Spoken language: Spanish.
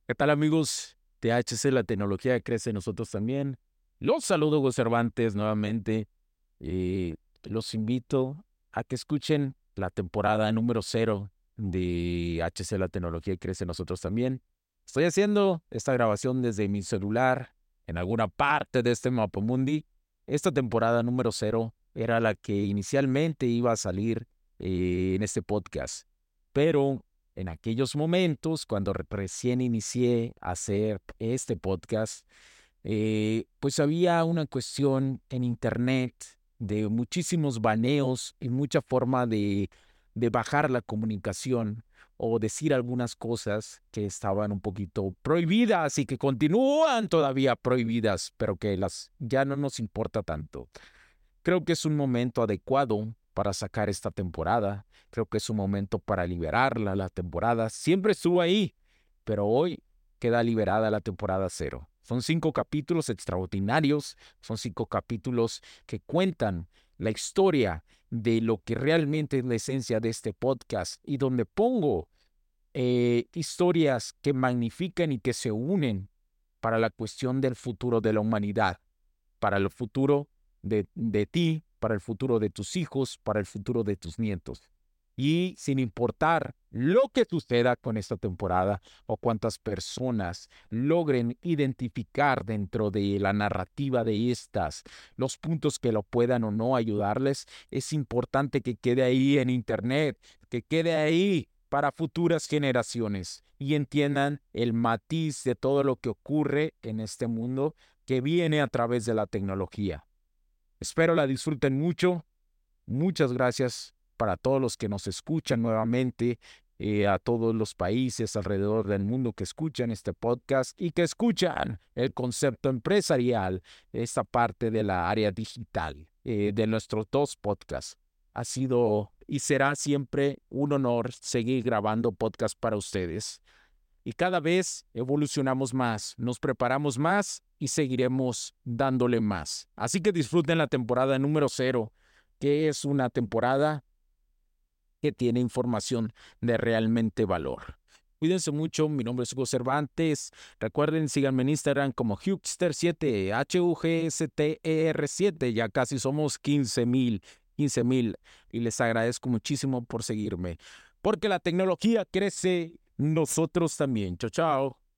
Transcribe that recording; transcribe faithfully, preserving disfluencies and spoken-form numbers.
¿Qué tal, amigos? T H C, la tecnología crece, nosotros también. Los saludo, Hugo Cervantes, nuevamente. Y los invito a que escuchen la temporada número cero de H C, la tecnología crece, nosotros también. Estoy haciendo esta grabación desde mi celular, en alguna parte de este mapamundi. Esta temporada número cero era la que inicialmente iba a salir eh, en este podcast, pero en aquellos momentos, cuando re- recién inicié a hacer este podcast, eh, pues había una cuestión en internet de muchísimos baneos y mucha forma de, de bajar la comunicación o decir algunas cosas que estaban un poquito prohibidas y que continúan todavía prohibidas, pero que las ya no nos importa tanto. Creo que es un momento adecuado para sacar esta temporada. Creo que es un momento para liberarla, la temporada. Siempre estuvo ahí, pero hoy queda liberada la temporada cero. Son cinco capítulos extraordinarios, son cinco capítulos que cuentan la historia de lo que realmente es la esencia de este podcast y donde pongo eh, historias que magnifican y que se unen para la cuestión del futuro de la humanidad, para el futuro de, de ti, para el futuro de tus hijos, para el futuro de tus nietos. Y sin importar lo que suceda con esta temporada o cuántas personas logren identificar dentro de la narrativa de estas los puntos que lo puedan o no ayudarles, es importante que quede ahí en internet, que quede ahí para futuras generaciones y entiendan el matiz de todo lo que ocurre en este mundo que viene a través de la tecnología. Espero la disfruten mucho. Muchas gracias para todos los que nos escuchan nuevamente, eh, a todos los países alrededor del mundo que escuchan este podcast y que escuchan el concepto empresarial, esta parte de la área digital eh, de nuestros dos podcasts. Ha sido y será siempre un honor seguir grabando podcast para ustedes. Y cada vez evolucionamos más, nos preparamos más y seguiremos dándole más. Así que disfruten la temporada número cero, que es una temporada que tiene información de realmente valor. Cuídense mucho, mi nombre es Hugo Cervantes. Recuerden, síganme en Instagram como Hugster siete, H U G S T E R siete. Ya casi somos quince mil, quince mil. Y les agradezco muchísimo por seguirme. Porque la tecnología crece, nosotros también. Chao, chao.